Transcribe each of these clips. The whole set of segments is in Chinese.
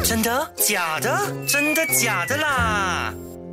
真的？假的？真的假的啦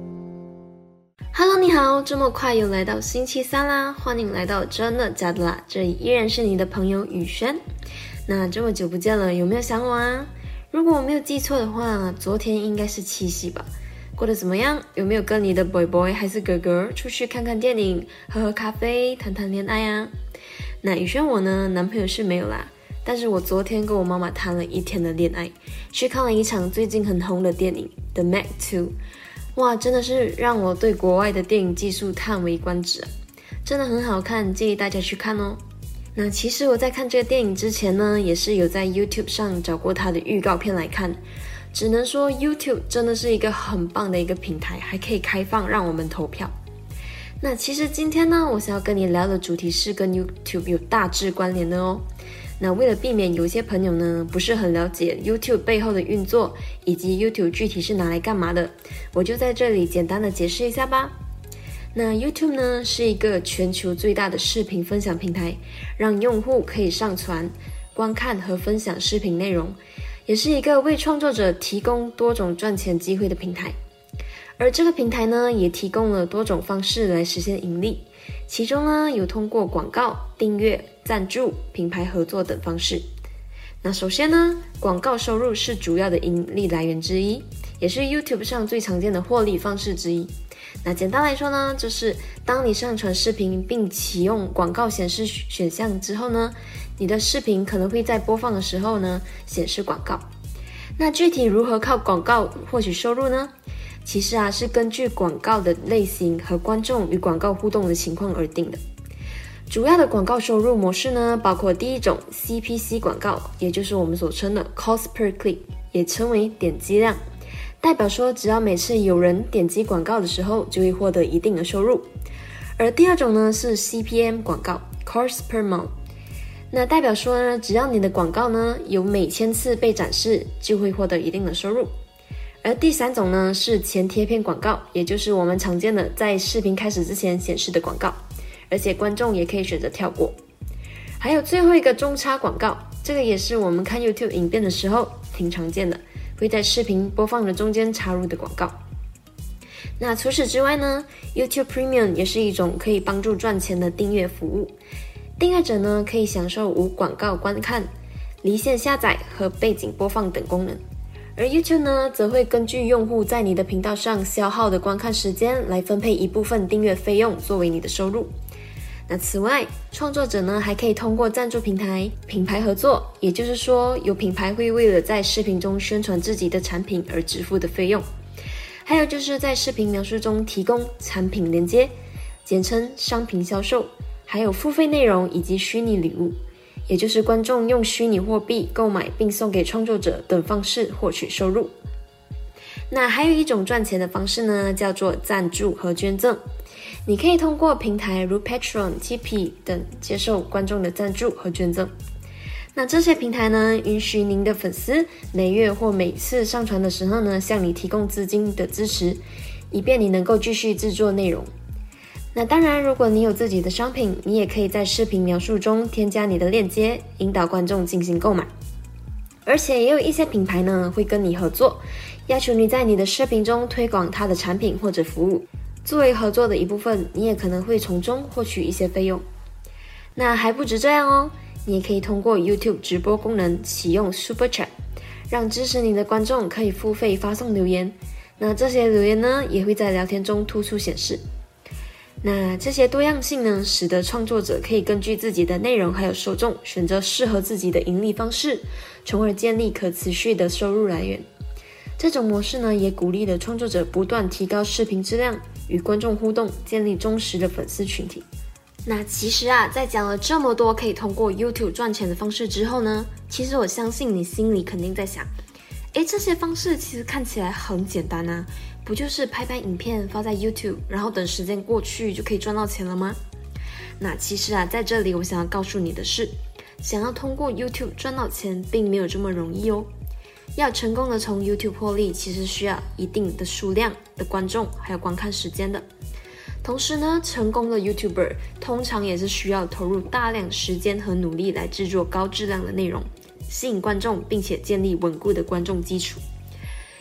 ？Hello， 你好，这么快又来到星期三啦，欢迎来到真的假的啦，这里依然是你的朋友雨轩。那这么久不见了，有没有想我啊？如果我没有记错的话，昨天应该是七夕吧？过得怎么样？有没有跟你的 boy 还是哥哥出去看看电影、喝喝咖啡、谈谈恋爱啊？那雨轩我呢，男朋友是没有啦，但是我昨天跟我妈妈谈了一天的恋爱，去看了一场最近很红的电影《The Meg 2》。哇，真的是让我对国外的电影技术叹为观止啊！真的很好看，建议大家去看哦。那其实我在看这个电影之前呢，也是有在 YouTube 上找过它的预告片来看。只能说 YouTube 真的是一个很棒的一个平台，还可以开放让我们投票。那其实今天呢，我想要跟你聊的主题是跟 YouTube 有大致关联的哦。那为了避免有些朋友呢不是很了解 YouTube 背后的运作，以及 YouTube 具体是拿来干嘛的，我就在这里简单的解释一下吧。那 YouTube 呢是一个全球最大的视频分享平台，让用户可以上传、观看和分享视频内容，也是一个为创作者提供多种赚钱机会的平台。而这个平台呢也提供了多种方式来实现盈利，其中呢有通过广告、订阅、赞助、品牌合作等方式。那首先呢，广告收入是主要的盈利来源之一，也是 YouTube 上最常见的获利方式之一。那简单来说呢，就是当你上传视频并启用广告显示选项之后呢，你的视频可能会在播放的时候呢显示广告。那具体如何靠广告获取收入呢？其实是根据广告的类型和观众与广告互动的情况而定的。主要的广告收入模式呢，包括第一种 CPC 广告，也就是我们所称的 Cost per Click， 也称为点击量，代表说只要每次有人点击广告的时候，就会获得一定的收入。而第二种呢是 CPM 广告 Cost per Month， 那代表说呢，只要你的广告呢有每1000次被展示，就会获得一定的收入。而第三种呢是前贴片广告，也就是我们常见的在视频开始之前显示的广告，而且观众也可以选择跳过。还有最后一个中插广告，这个也是我们看 YouTube 影片的时候挺常见的，会在视频播放的中间插入的广告。那除此之外呢， YouTube Premium 也是一种可以帮助赚钱的订阅服务。订阅者呢可以享受无广告观看、离线下载和背景播放等功能。而 YouTube 呢则会根据用户在你的频道上消耗的观看时间来分配一部分订阅费用作为你的收入。那此外，创作者呢还可以通过赞助平台、品牌合作，也就是说有品牌会为了在视频中宣传自己的产品而支付的费用。还有就是在视频描述中提供产品连接，简称商品销售，还有付费内容以及虚拟礼物，也就是观众用虚拟货币购买并送给创作者等方式获取收入。那还有一种赚钱的方式呢，叫做赞助和捐赠。你可以通过平台如 Patreon、Tipeee 等接受观众的赞助和捐赠。那这些平台呢，允许您的粉丝每月或每次上传的时候呢，向你提供资金的支持，以便你能够继续制作内容。那当然，如果你有自己的商品，你也可以在视频描述中添加你的链接，引导观众进行购买。而且也有一些品牌呢，会跟你合作，要求你在你的视频中推广它的产品或者服务。作为合作的一部分，你也可能会从中获取一些费用。那还不止这样哦，你也可以通过 YouTube 直播功能启用 Super Chat， 让支持你的观众可以付费发送留言。那这些留言呢，也会在聊天中突出显示。那这些多样性呢，使得创作者可以根据自己的内容还有受众，选择适合自己的盈利方式，从而建立可持续的收入来源。这种模式呢，也鼓励了创作者不断提高视频质量，与观众互动，建立忠实的粉丝群体。那其实在讲了这么多可以通过 YouTube 赚钱的方式之后呢，其实我相信你心里肯定在想，这些方式其实看起来很简单啊，不就是拍拍影片发在 YouTube， 然后等时间过去就可以赚到钱了吗？那其实在这里我想要告诉你的是，想要通过 YouTube 赚到钱并没有这么容易哦。要成功的从 YouTube 获利，其实需要一定的数量的观众还有观看时间的。同时呢，成功的 YouTuber 通常也是需要投入大量时间和努力来制作高质量的内容，吸引观众并且建立稳固的观众基础。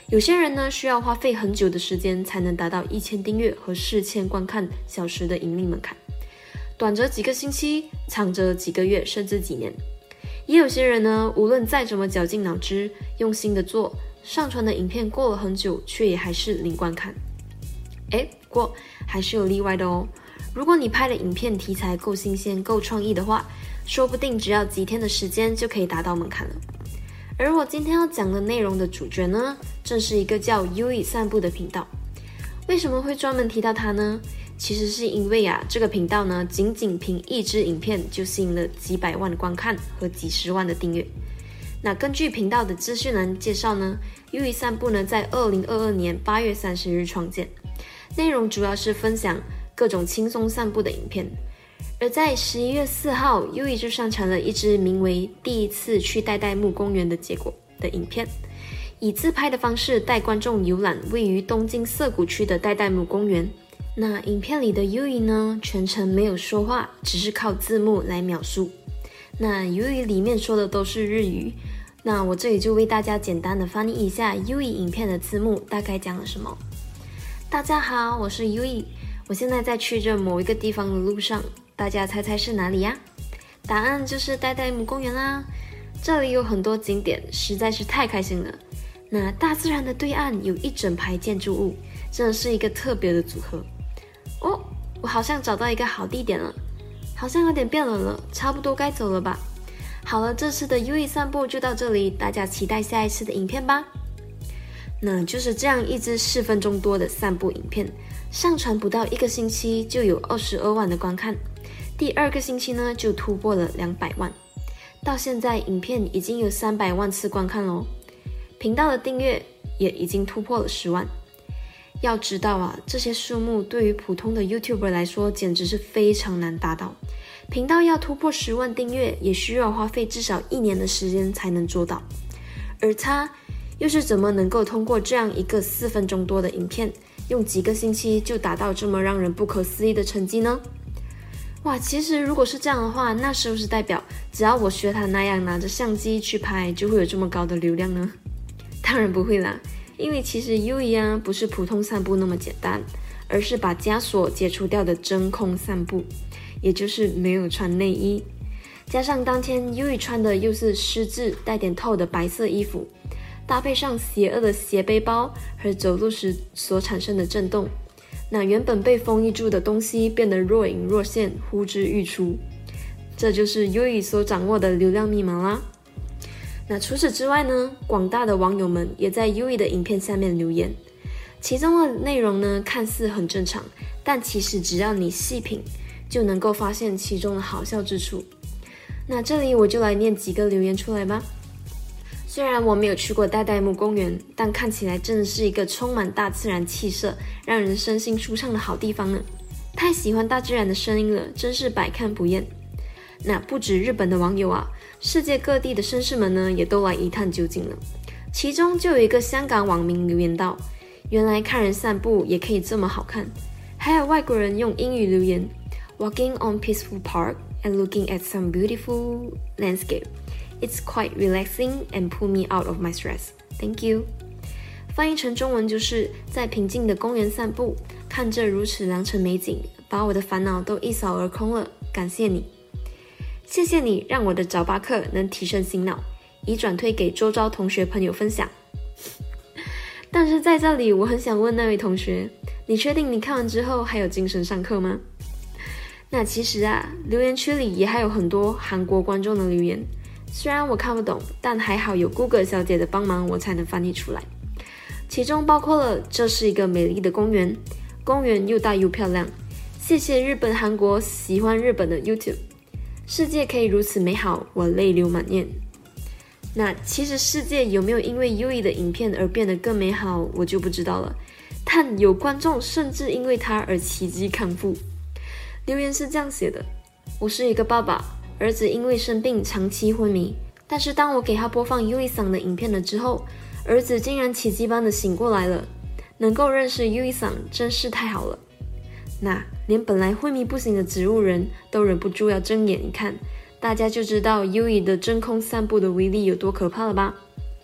有些人呢需要花费很久的时间才能达到1000订阅和4000观看小时的盈利门槛，短则几个星期，长则几个月甚至几年。也有些人呢，无论再怎么绞尽脑汁用心的做，上传的影片过了很久，却也还是零观看。不过还是有例外的哦。如果你拍的影片题材够新鲜、够创意的话，说不定只要几天的时间就可以达到门槛了。而我今天要讲的内容的主角呢，正是一个叫 Yui 散步的频道。为什么会专门提到它呢？其实是因为这个频道呢，仅仅凭一支影片就吸引了几百万观看和几十万的订阅。那根据频道的资讯栏介绍呢，Yui 散步呢在2022年8月30日创建，内容主要是分享各种轻松散步的影片。而在11月4号 Yui 就上传了一支名为第一次去代代木公园的结果的影片，以自拍的方式带观众游览位于东京涩谷区的代代木公园。那影片里的 Yui 呢，全程没有说话，只是靠字幕来描述。那 Yui 里面说的都是日语，那我这里就为大家简单的翻译一下 Yui 影片的字幕大概讲了什么。大家好，我是 Yui， 我现在在去着某一个地方的路上，大家猜猜是哪里呀？答案就是代代木公园啦。这里有很多景点，实在是太开心了。那大自然的对岸有一整排建筑物，真的是一个特别的组合。我好像找到一个好地点了，好像有点变冷了，差不多该走了吧。好了，这次的 Yui 散步就到这里，大家期待下一次的影片吧。那就是这样一支4分钟多的散步影片，上传不到1个星期就有22万的观看，第2个星期呢就突破了200万，到现在影片已经有300万次观看咯，频道的订阅也已经突破了10万。要知道这些数目对于普通的 YouTuber 来说简直是非常难达到，频道要突破10万订阅也需要花费至少1年的时间才能做到，而他又是怎么能够通过这样一个4分钟多的影片，用几个星期就达到这么让人不可思议的成绩呢？其实如果是这样的话，那是不是代表只要我学他那样拿着相机去拍，就会有这么高的流量呢？当然不会啦，因为其实 Yui 不是普通散步那么简单，而是把枷锁解除掉的真空散步，也就是没有穿内衣。加上当天 Yui 穿的又是湿质带点透的白色衣服，搭配上邪恶的斜背包和走路时所产生的震动，那原本被封印住的东西变得若隐若现，呼之欲出。这就是 Yui 所掌握的流量密码啦。那除此之外呢，广大的网友们也在 Yui 的影片下面留言，其中的内容呢看似很正常，但其实只要你细品，就能够发现其中的好笑之处。那这里我就来念几个留言出来吧。虽然我没有去过代代木公园，但看起来真的是一个充满大自然气色，让人身心舒畅的好地方呢。太喜欢大自然的声音了，真是百看不厌。那不止日本的网友世界各地的绅士们呢也都来一探究竟了。其中就有一个香港网民留言道，原来看人散步也可以这么好看。还有外国人用英语留言 Walking on peaceful park and looking at some beautiful landscape. It's quite relaxing and pull me out of my stress. Thank you. 翻译成中文就是在平静的公园散步，看着如此良辰美景，把我的烦恼都一扫而空了，感谢你。谢谢你让我的早八课能提升醒脑，已转推给周遭同学朋友分享。但是在这里我很想问那位同学，你确定你看完之后还有精神上课吗？那其实留言区里也还有很多韩国观众的留言，虽然我看不懂，但还好有 Google 小姐的帮忙，我才能翻译出来。其中包括了这是一个美丽的公园，公园又大又漂亮，谢谢日本韩国喜欢日本的 YouTube， 世界可以如此美好，我泪流满面。那其实世界有没有因为 Yui 的影片而变得更美好，我就不知道了，但有观众甚至因为他而奇迹康复。留言是这样写的，我是一个爸爸，儿子因为生病长期昏迷，但是当我给他播放 Yui 桑的影片了之后，儿子竟然奇迹般的醒过来了，能够认识 Yui 桑真是太好了。那连本来昏迷不醒的植物人都忍不住要睁眼一看，大家就知道 Yui 的真空散步的威力有多可怕了吧。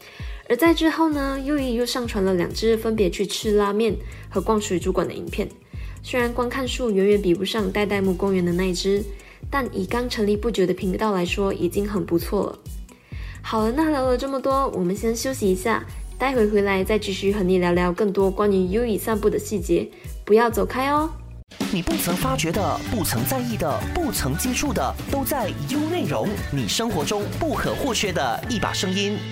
而在之后呢，优衣又上传了2支分别去吃拉面和逛水族馆的影片。虽然观看数远远比不上代代木公园的那一支，但以刚成立不久的频道来说，已经很不错了。好了，那聊了这么多，我们先休息一下，待会回来再继续和你聊聊更多关于优衣散步的细节，不要走开哦。 你不曾发觉的、不曾在意的、不曾接触的，都在 U 内容，你生活中不可或缺的一把声音。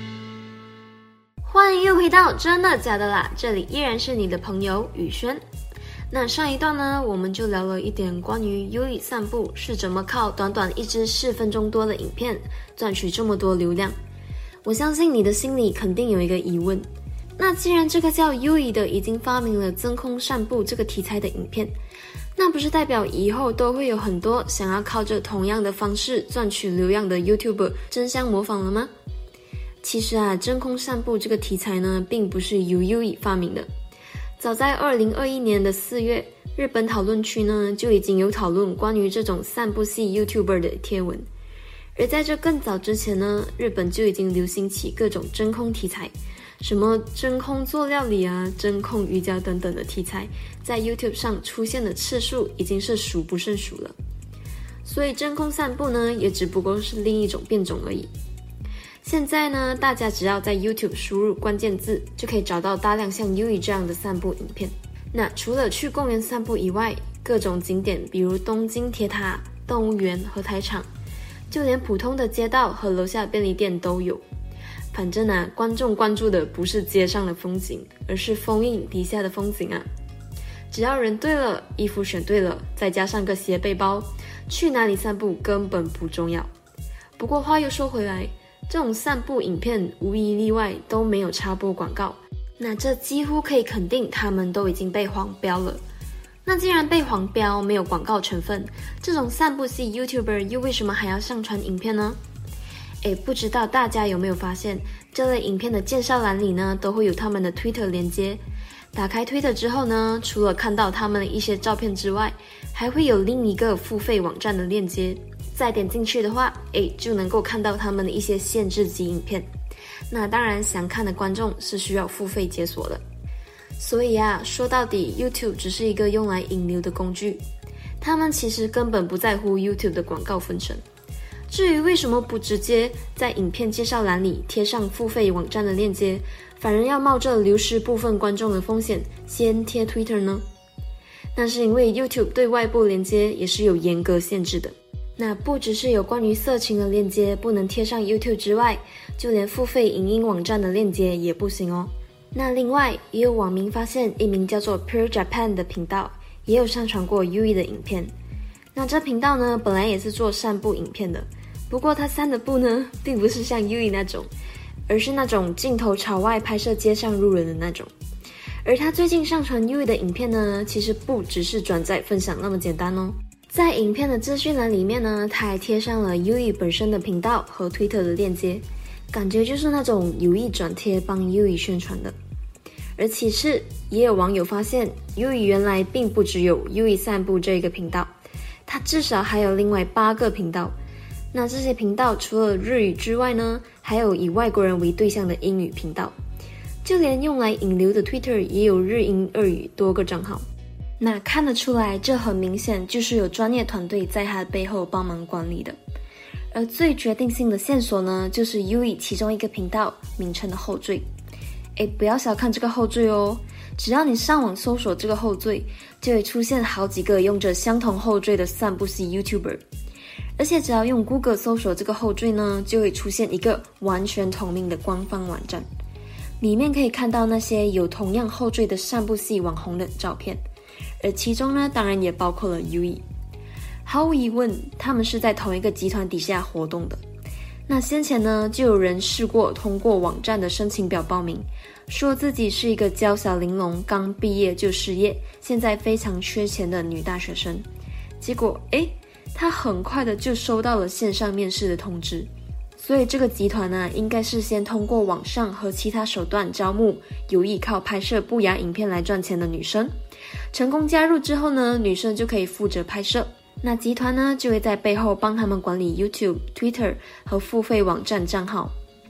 欢迎又回到真的假的啦，这里依然是你的朋友宇轩。那上一段呢，我们就聊了一点关于优衣散步是怎么靠短短1支4分钟多的影片赚取这么多流量。我相信你的心里肯定有一个疑问，那既然这个叫优衣的已经发明了真空散步这个题材的影片，那不是代表以后都会有很多想要靠着同样的方式赚取流量的 YouTuber 争相模仿了吗？其实啊，真空散步这个题材呢，并不是由优衣发明的。早在2021年的4月，日本讨论区呢就已经有讨论关于这种散步系 YouTuber 的贴文。而在这更早之前呢，日本就已经流行起各种真空题材，什么真空做料理啊、真空瑜伽等等的题材，在 YouTube 上出现的次数已经是数不胜数了。所以真空散步呢，也只不过是另一种变种而已。现在呢，大家只要在 YouTube 输入关键字，就可以找到大量像优衣这样的散步影片。那除了去公园散步以外，各种景点，比如东京铁塔、动物园和台场，就连普通的街道和楼下便利店都有。反正啊，观众关注的不是街上的风景，而是封印底下的风景啊。只要人对了，衣服选对了，再加上个斜背包，去哪里散步根本不重要。不过话又说回来，这种散步影片无一例外都没有插播广告，那这几乎可以肯定他们都已经被黄标了。那既然被黄标，没有广告成分，这种散步系 YouTuber 又为什么还要上传影片呢？不知道大家有没有发现，这类影片的介绍栏里呢，都会有他们的 Twitter 连接。打开 Twitter 之后呢，除了看到他们的一些照片之外，还会有另一个付费网站的链接。再点进去的话，就能够看到他们的一些限制级影片。那当然，想看的观众是需要付费解锁的。所以啊，说到底 YouTube 只是一个用来引流的工具，他们其实根本不在乎 YouTube 的广告分成。至于为什么不直接在影片介绍栏里贴上付费网站的链接，反而要冒着流失部分观众的风险先贴 Twitter 呢？那是因为 YouTube 对外部连接也是有严格限制的。那不只是有关于色情的链接不能贴上 YouTube 之外，就连付费影音网站的链接也不行哦。那另外也有网民发现一名叫做 Pure Japan 的频道也有上传过优衣的影片。那这频道呢，本来也是做散步影片的，不过他散的步呢，并不是像优衣那种，而是那种镜头朝外拍摄街上路人的那种。而他最近上传优衣的影片呢，其实不只是转载分享那么简单哦。在影片的资讯栏里面呢，他还贴上了优衣本身的频道和 Twitter 的链接，感觉就是那种有意转贴帮优衣宣传的。而其次，也有网友发现优衣原来并不只有优衣散步这个频道，它至少还有另外8个频道。那这些频道除了日语之外呢，还有以外国人为对象的英语频道，就连用来引流的 Twitter 也有日英日语多个账号。那看得出来，这很明显就是有专业团队在他背后帮忙管理的。而最决定性的线索呢，就是优衣其中一个频道名称的后缀。不要小看这个后缀哦，只要你上网搜索这个后缀，就会出现好几个用着相同后缀的散步系 YouTuber。而且只要用 Google 搜索这个后缀呢，就会出现一个完全同名的官方网站，里面可以看到那些有同样后缀的散步系网红的照片。而其中呢，当然也包括了优衣。毫无疑问，他们是在同一个集团底下活动的。那先前呢，就有人试过通过网站的申请表报名，说自己是一个娇小玲珑、刚毕业就失业，现在非常缺钱的女大学生。结果他很快的就收到了线上面试的通知。所以这个集团呢，应该是先通过网上和其他手段招募有意靠拍摄不雅影片来赚钱的女生。成功加入之后呢，女生就可以负责拍摄，那集团呢就会在背后帮他们管理 YouTube、Twitter 和付费网站账号。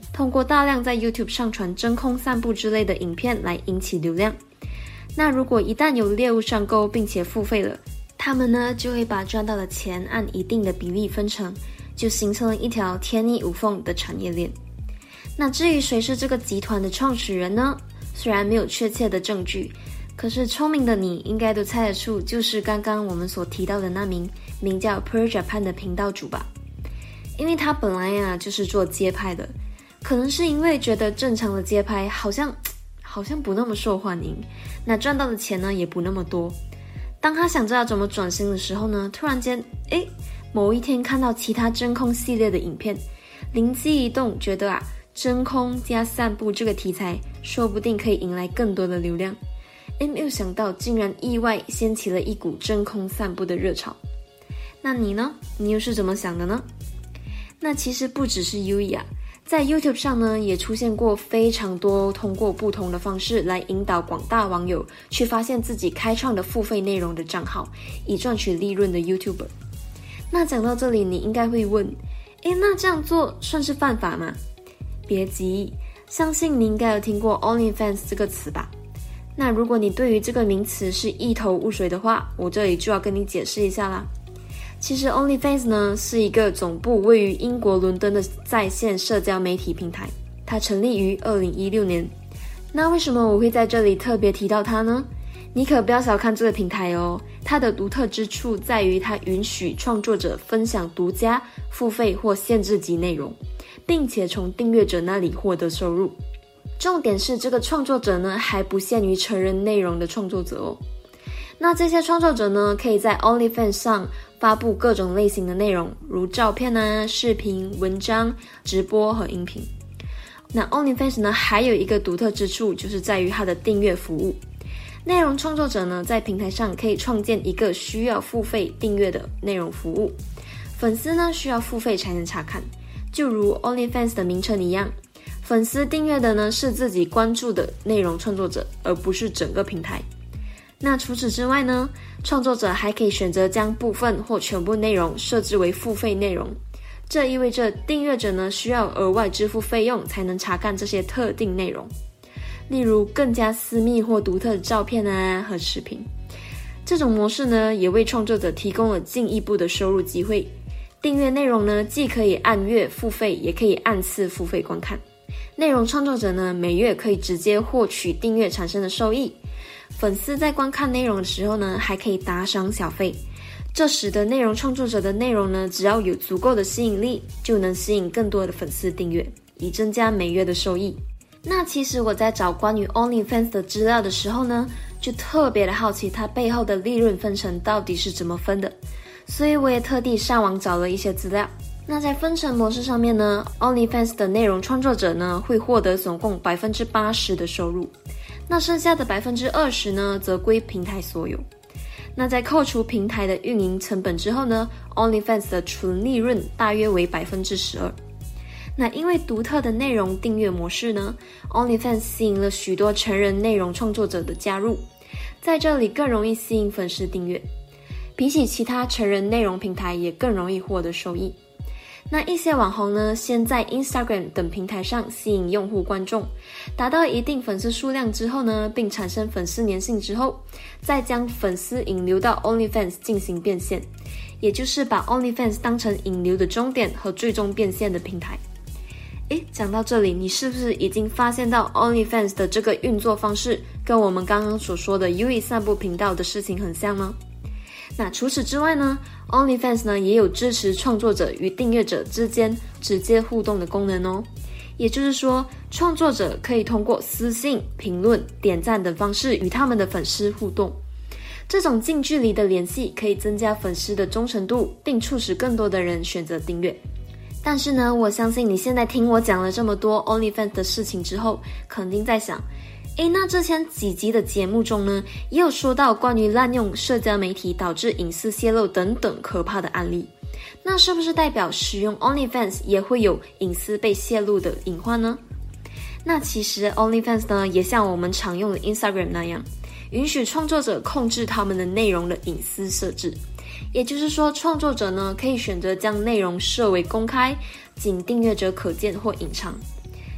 通过大量在 YouTube 上传真空散步之类的影片来引起流量。那如果一旦有猎物上钩并且付费了，他们呢就会把赚到的钱按一定的比例分成，就形成了一条天衣无缝的产业链。那至于谁是这个集团的创始人呢？虽然没有确切的证据，可是聪明的你应该都猜得出，就是刚刚我们所提到的那名叫 Per Japan 的频道主吧。因为他本来就是做街拍的，可能是因为觉得正常的街拍好像不那么受欢迎，那赚到的钱呢也不那么多。当他想知道怎么转型的时候呢，突然间某一天看到其他真空系列的影片，灵机一动，觉得真空加散步这个题材说不定可以引来更多的流量。没有想到竟然意外掀起了一股真空散步的热潮。那你呢？你又是怎么想的呢？那其实不只是 Yui在 YouTube 上呢也出现过非常多通过不同的方式来引导广大网友去发现自己开创的付费内容的账号，以赚取利润的 YouTuber。 那讲到这里，你应该会问，那这样做算是犯法吗？别急，相信你应该有听过 OnlyFans 这个词吧。那如果你对于这个名词是一头雾水的话，我这里就要跟你解释一下啦。其实 OnlyFans 呢是一个总部位于英国伦敦的在线社交媒体平台，它成立于2016年。那为什么我会在这里特别提到它呢？你可不要小看这个平台哦，它的独特之处在于它允许创作者分享独家、付费或限制级内容，并且从订阅者那里获得收入。重点是这个创作者呢还不限于成人内容的创作者哦。那这些创作者呢可以在 OnlyFans 上发布各种类型的内容，如照片视频、文章、直播和音频。那 OnlyFans 呢还有一个独特之处，就是在于它的订阅服务。内容创作者呢在平台上可以创建一个需要付费订阅的内容服务，粉丝呢需要付费才能查看。就如 OnlyFans 的名称一样，粉丝订阅的呢是自己关注的内容创作者，而不是整个平台。那除此之外呢，创作者还可以选择将部分或全部内容设置为付费内容，这意味着订阅者呢需要额外支付费用才能查看这些特定内容，例如更加私密或独特的照片和视频。这种模式呢也为创作者提供了进一步的收入机会。订阅内容呢既可以按月付费，也可以按次付费观看。内容创作者呢每月可以直接获取订阅产生的收益，粉丝在观看内容的时候呢还可以打赏小费，这使得内容创作者的内容呢只要有足够的吸引力，就能吸引更多的粉丝订阅，以增加每月的收益。那其实我在找关于 OnlyFans 的资料的时候呢，就特别的好奇它背后的利润分成到底是怎么分的，所以我也特地上网找了一些资料。那在分成模式上面呢， OnlyFans 的内容创作者呢会获得总共 80% 的收入，那剩下的 20% 呢则归平台所有。那在扣除平台的运营成本之后呢， OnlyFans 的纯利润大约为 12%。 那因为独特的内容订阅模式呢， OnlyFans 吸引了许多成人内容创作者的加入，在这里更容易吸引粉丝订阅，比起其他成人内容平台也更容易获得收益。那一些网红呢，先在 Instagram 等平台上吸引用户观众，达到一定粉丝数量之后呢，并产生粉丝粘性之后，再将粉丝引流到 OnlyFans 进行变现，也就是把 OnlyFans 当成引流的终点和最终变现的平台。讲到这里，你是不是已经发现到 OnlyFans 的这个运作方式跟我们刚刚所说的 Yui 散步频道的事情很像呢？那除此之外呢， OnlyFans 呢也有支持创作者与订阅者之间直接互动的功能哦。也就是说，创作者可以通过私信、评论、点赞等方式与他们的粉丝互动。这种近距离的联系可以增加粉丝的忠诚度，并促使更多的人选择订阅。但是呢，我相信你现在听我讲了这么多 OnlyFans 的事情之后，肯定在想，那之前几集的节目中呢，也有说到关于滥用社交媒体导致隐私泄露等等可怕的案例，那是不是代表使用 OnlyFans 也会有隐私被泄露的隐患呢？那其实 OnlyFans 呢，也像我们常用的 Instagram 那样，允许创作者控制他们的内容的隐私设置。也就是说，创作者呢可以选择将内容设为公开、仅订阅者可见或隐藏。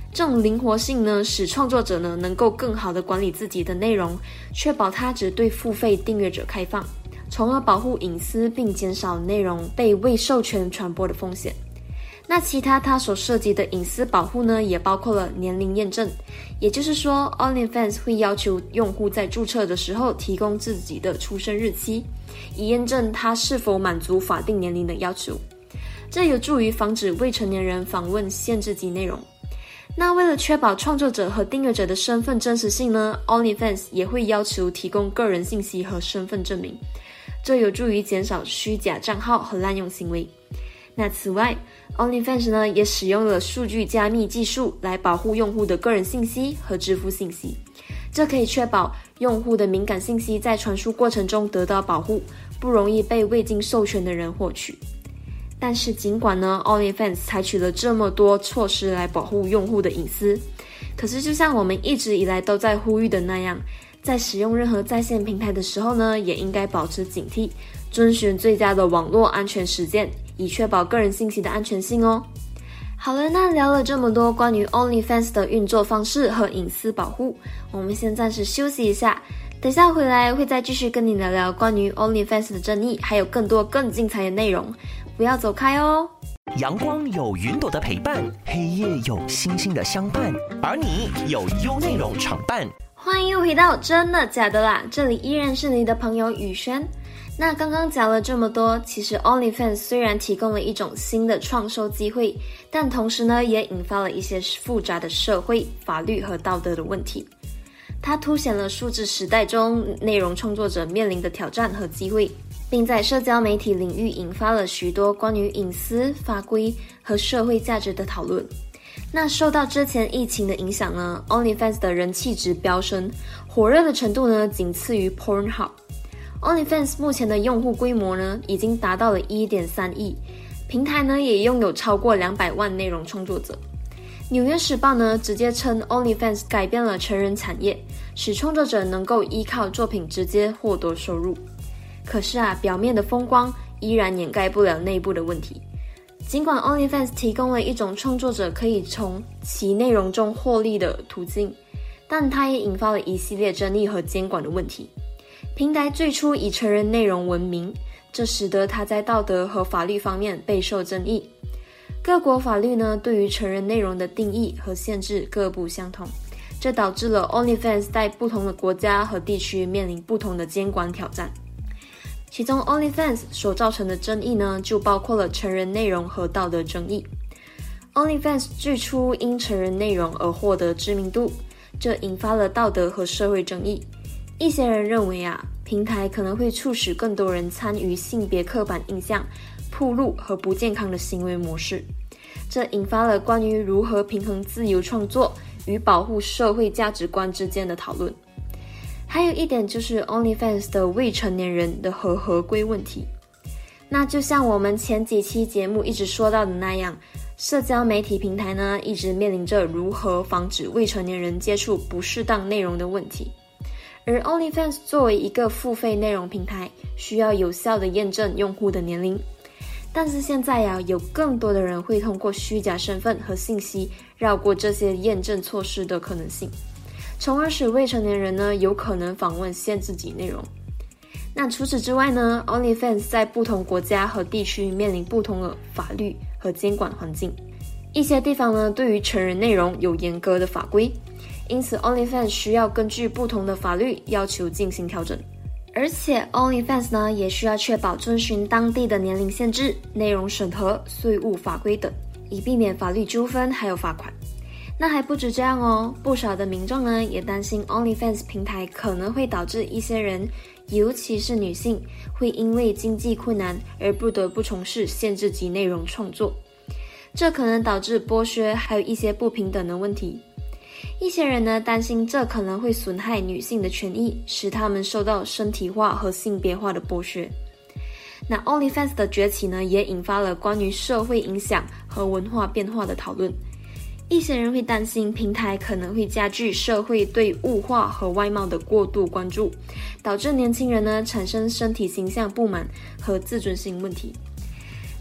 这种灵活性呢，使创作者呢能够更好地管理自己的内容，确保它只对付费订阅者开放，从而保护隐私并减少内容被未授权传播的风险。那其他它所涉及的隐私保护呢，也包括了年龄验证，也就是说 OnlyFans 会要求用户在注册的时候提供自己的出生日期，以验证他是否满足法定年龄的要求。这有助于防止未成年人访问限制级内容。那为了确保创作者和订阅者的身份真实性呢， OnlyFans 也会要求提供个人信息和身份证明，这有助于减少虚假账号和滥用行为。那此外 OnlyFans 呢也使用了数据加密技术来保护用户的个人信息和支付信息，这可以确保用户的敏感信息在传输过程中得到保护，不容易被未经授权的人获取。但是尽管呢 OnlyFans 采取了这么多措施来保护用户的隐私，可是就像我们一直以来都在呼吁的那样，在使用任何在线平台的时候呢，也应该保持警惕，遵循最佳的网络安全实践，以确保个人信息的安全性哦。好了，那聊了这么多关于 OnlyFans 的运作方式和隐私保护，我们先暂时休息一下，等下回来会再继续跟你聊聊关于 OnlyFans 的争议，还有更多更精彩的内容，不要走开哦。 阳光有云朵的陪伴，黑夜有星星的相伴，而你有优内容常伴。 欢迎又回到真的假的啦，这里依然是你的朋友雨轩。那刚刚讲了这么多，其实 OnlyFans 虽然提供了一种新的创收机会，但同时呢，也引发了一些复杂的社会、法律和道德的问题。它凸显了数字时代中内容创作者面临的挑战和机会，并在社交媒体领域引发了许多关于隐私、法规和社会价值的讨论。那受到之前疫情的影响呢， OnlyFans 的人气值飙升，火热的程度呢仅次于 Pornhub。OnlyFans 目前的用户规模呢已经达到了 1.3 亿，平台呢也拥有超过200万内容创作者。纽约时报呢直接称 OnlyFans 改变了成人产业，使创作者能够依靠作品直接获得收入。可是表面的风光依然掩盖不了内部的问题。尽管 OnlyFans 提供了一种创作者可以从其内容中获利的途径，但它也引发了一系列争议和监管的问题。平台最初以成人内容闻名，这使得它在道德和法律方面备受争议。各国法律呢对于成人内容的定义和限制各不相同，这导致了 OnlyFans 在不同的国家和地区面临不同的监管挑战。其中 OnlyFans 所造成的争议呢，就包括了成人内容和道德争议。OnlyFans 最初因成人内容而获得知名度，这引发了道德和社会争议。一些人认为平台可能会促使更多人参与性别刻板印象、暴露和不健康的行为模式，这引发了关于如何平衡自由创作与保护社会价值观之间的讨论。还有一点就是 OnlyFans 的未成年人的合规问题。那就像我们前几期节目一直说到的那样，社交媒体平台呢一直面临着如何防止未成年人接触不适当内容的问题。而 OnlyFans 作为一个付费内容平台，需要有效的验证用户的年龄。但是现在有更多的人会通过虚假身份和信息绕过这些验证措施的可能性，从而使未成年人呢有可能访问限制级内容。那除此之外呢， OnlyFans 在不同国家和地区面临不同的法律和监管环境。一些地方呢对于成人内容有严格的法规，因此 OnlyFans 需要根据不同的法律要求进行调整。而且 OnlyFans 呢也需要确保遵循当地的年龄限制、内容审核、税务法规等，以避免法律纠纷还有罚款。那还不止这样哦，不少的民众呢也担心 OnlyFans 平台可能会导致一些人，尤其是女性，会因为经济困难而不得不从事限制级内容创作，这可能导致剥削还有一些不平等的问题。一些人呢担心这可能会损害女性的权益，使她们受到身体化和性别化的剥削。那 OnlyFans 的崛起呢也引发了关于社会影响和文化变化的讨论。一些人会担心平台可能会加剧社会对物化和外貌的过度关注，导致年轻人呢产生身体形象不满和自尊心问题。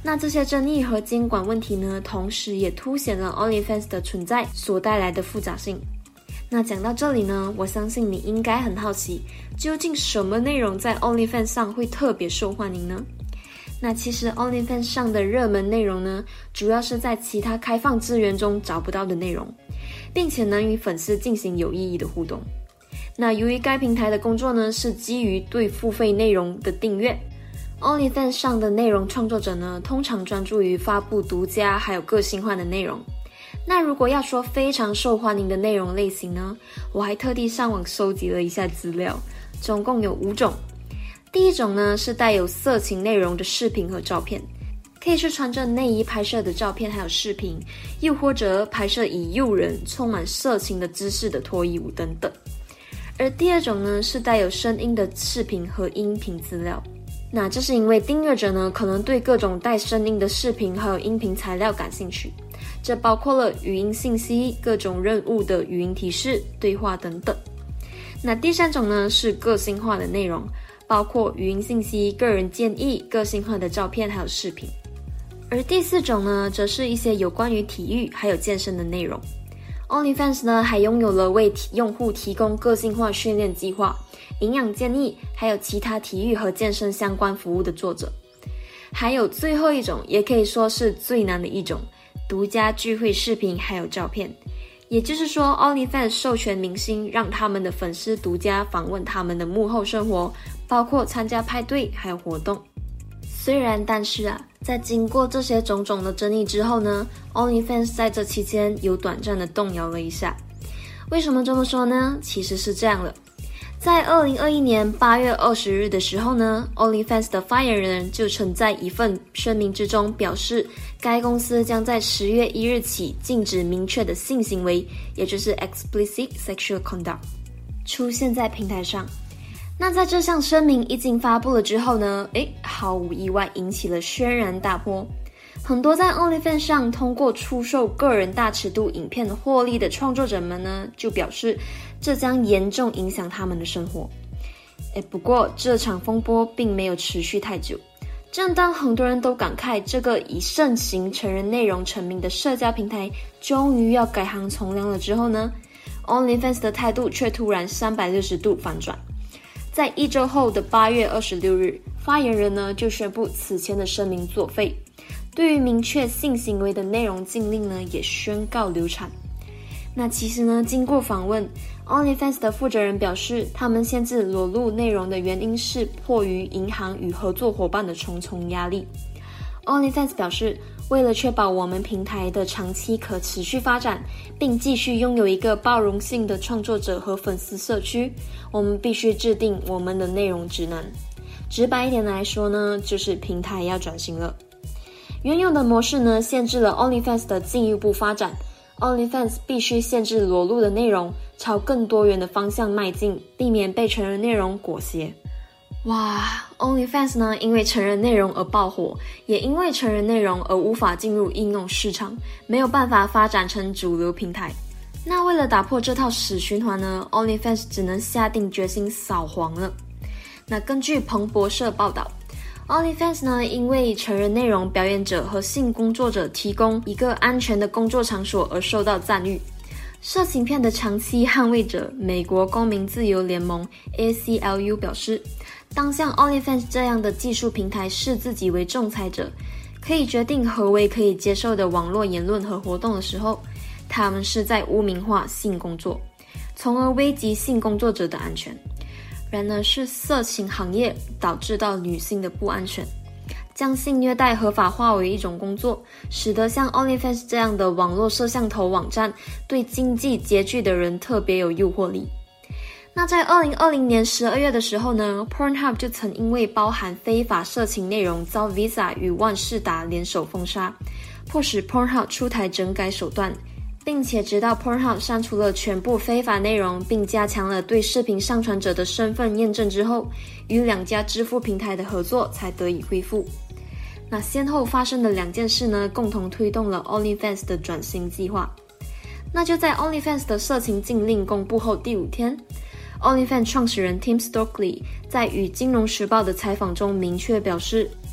那这些争议和监管问题呢，同时也凸显了 OnlyFans 的存在所带来的复杂性。那讲到这里呢，我相信你应该很好奇，究竟什么内容在 OnlyFans 上会特别受欢迎呢？那其实 OnlyFans 上的热门内容呢，主要是在其他开放资源中找不到的内容，并且能与粉丝进行有意义的互动。那由于该平台的工作呢，是基于对付费内容的订阅， OnlyFans 上的内容创作者呢，通常专注于发布独家还有个性化的内容。那如果要说非常受欢迎的内容类型呢，我还特地上网收集了一下资料，总共有5种。第一种呢，是带有色情内容的视频和照片，可以是穿着内衣拍摄的照片还有视频，又或者拍摄以诱人、充满色情的姿势的脱衣舞等等。而第二种呢，是带有声音的视频和音频资料。那这是因为订阅者呢，可能对各种带声音的视频还有音频材料感兴趣，这包括了语音信息、各种任务的语音提示、对话等等。那第三种呢，是个性化的内容，包括语音信息、个人建议、个性化的照片还有视频。而第四种呢，则是一些有关于体育还有健身的内容。OnlyFans 呢，还拥有了为用户提供个性化训练计划、营养建议，还有其他体育和健身相关服务的作者。还有最后一种，也可以说是最难的一种，独家聚会视频还有照片。也就是说 OnlyFans 授权明星，让他们的粉丝独家访问他们的幕后生活，包括参加派对还有活动。但是在经过这些种种的争议之后呢， OnlyFans 在这期间有短暂的动摇了一下。为什么这么说呢？其实是这样的，在2021年8月20日的时候呢， OnlyFans 的发言人就曾在一份声明之中表示，该公司将在10月1日起禁止明确的性行为，也就是 explicit sexual conduct 出现在平台上。那在这项声明一经发布了之后呢，毫无意外引起了轩然大波。很多在 OnlyFans 上通过出售个人大尺度影片获利的创作者们呢，就表示这将严重影响他们的生活。不过这场风波并没有持续太久。正当很多人都感慨这个以盛行成人内容成名的社交平台终于要改行从良了之后呢， OnlyFans 的态度却突然360度反转。在1周后的8月26日，发言人呢就宣布此前的声明作废，对于明确性行为的内容禁令呢也宣告流产。那其实呢，经过访问， OnlyFans 的负责人表示，他们限制裸露内容的原因是迫于银行与合作伙伴的重重压力。OnlyFans 表示，为了确保我们平台的长期可持续发展，并继续拥有一个包容性的创作者和粉丝社区，我们必须制定我们的内容指南。直白一点来说呢，就是平台要转型了。原有的模式呢，限制了 OnlyFans 的进一步发展。OnlyFans 必须限制裸露的内容，朝更多元的方向迈进，避免被成人内容裹挟。哇 OnlyFans 呢，因为成人内容而爆火，也因为成人内容而无法进入应用市场，没有办法发展成主流平台。那为了打破这套死循环呢， OnlyFans 只能下定决心扫黄了。那根据彭博社报道， OnlyFans 呢，因为成人内容表演者和性工作者提供一个安全的工作场所而受到赞誉。色情片的长期捍卫者美国公民自由联盟 ACLU 表示，当像 OnlyFans 这样的技术平台视自己为仲裁者，可以决定何为可以接受的网络言论和活动的时候，他们是在污名化性工作，从而危及性工作者的安全。然而是色情行业导致到女性的不安全，将性虐待合法化为一种工作，使得像 OnlyFans 这样的网络摄像头网站对经济拮据的人特别有诱惑力。那在2020年12月的时候呢， Pornhub 就曾因为包含非法色情内容遭 Visa 与万事达联手封杀，迫使 Pornhub 出台整改手段，并且直到 Pornhub 删除了全部非法内容，并加强了对视频上传者的身份验证之后，与2家支付平台的合作才得以恢复。那先后发生的2件事呢，共同推动了 OnlyFans 的转型计划。那就在 OnlyFans 的色情禁令公布后第5天， OnlyFans 创始人 Tim Stokely 在与金融时报的采访中明确表示，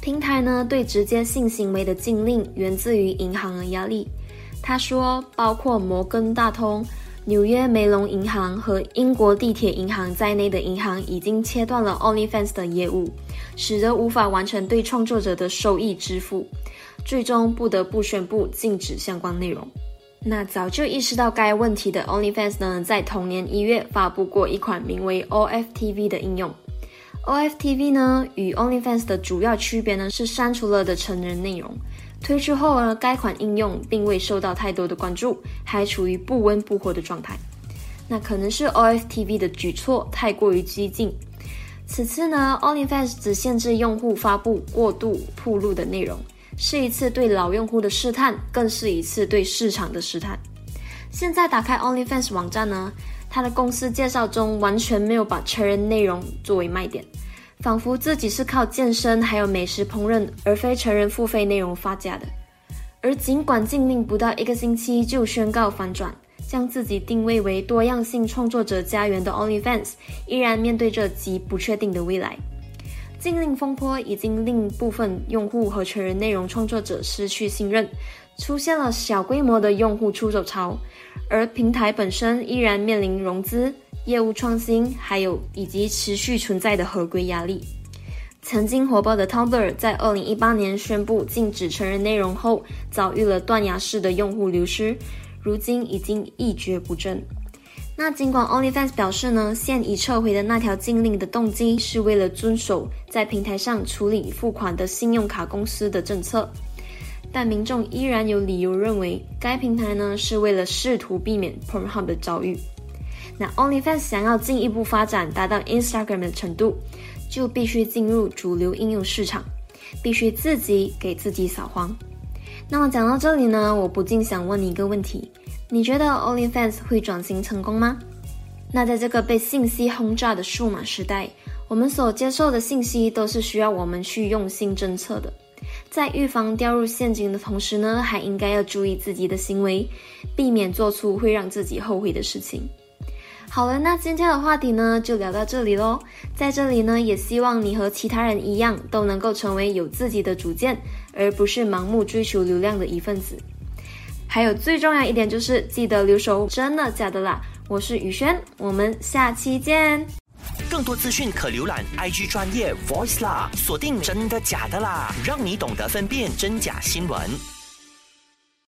平台呢对直接性行为的禁令源自于银行的压力。他说，包括摩根大通、纽约梅隆银行和英国地铁银行在内的银行已经切断了 OnlyFans 的业务，使得无法完成对创作者的收益支付，最终不得不宣布禁止相关内容。那早就意识到该问题的 OnlyFans 呢，在同年1月发布过一款名为 OFTV 的应用。OFTV 呢，与 OnlyFans 的主要区别呢是删除了的成人内容。推出后呢，该款应用并未受到太多的关注，还处于不温不火的状态。那可能是 OFTV 的举措太过于激进。此次呢 ，OnlyFans 只限制用户发布过度暴露的内容，是一次对老用户的试探，更是一次对市场的试探。现在打开 OnlyFans 网站呢，它的公司介绍中完全没有把成人内容作为卖点，仿佛自己是靠健身还有美食烹饪，而非成人付费内容发家的。而尽管禁令不到1个星期就宣告反转，将自己定位为多样性创作者家园的 OnlyFans 依然面对着极不确定的未来。禁令风波已经令部分用户和成人内容创作者失去信任，出现了小规模的用户出走潮，而平台本身依然面临融资、业务创新，以及持续存在的合规压力。曾经火爆的 Tumblr 在2018年宣布禁止成人内容后，遭遇了断崖式的用户流失，如今已经一蹶不振。那尽管 OnlyFans 表示呢，现已撤回的那条禁令的动机是为了遵守在平台上处理付款的信用卡公司的政策，但民众依然有理由认为该平台呢是为了试图避免 Pornhub 的遭遇。那 OnlyFans 想要进一步发展达到 Instagram 的程度，就必须进入主流应用市场，必须自己给自己扫黄。那么讲到这里呢，我不禁想问你一个问题，你觉得 OnlyFans 会转型成功吗？那在这个被信息轰炸的数码时代，我们所接受的信息都是需要我们去用心侦测的。在预防掉入陷阱的同时呢，还应该要注意自己的行为，避免做出会让自己后悔的事情。好了，那今天的话题呢就聊到这里咯。在这里呢，也希望你和其他人一样，都能够成为有自己的主见，而不是盲目追求流量的一份子。还有最重要一点就是记得留守真的假的啦。我是宇轩，我们下期见。 更多资讯可浏览 IG 专业 Voice 啦，锁定真的假的啦，让你懂得分辨真假新闻。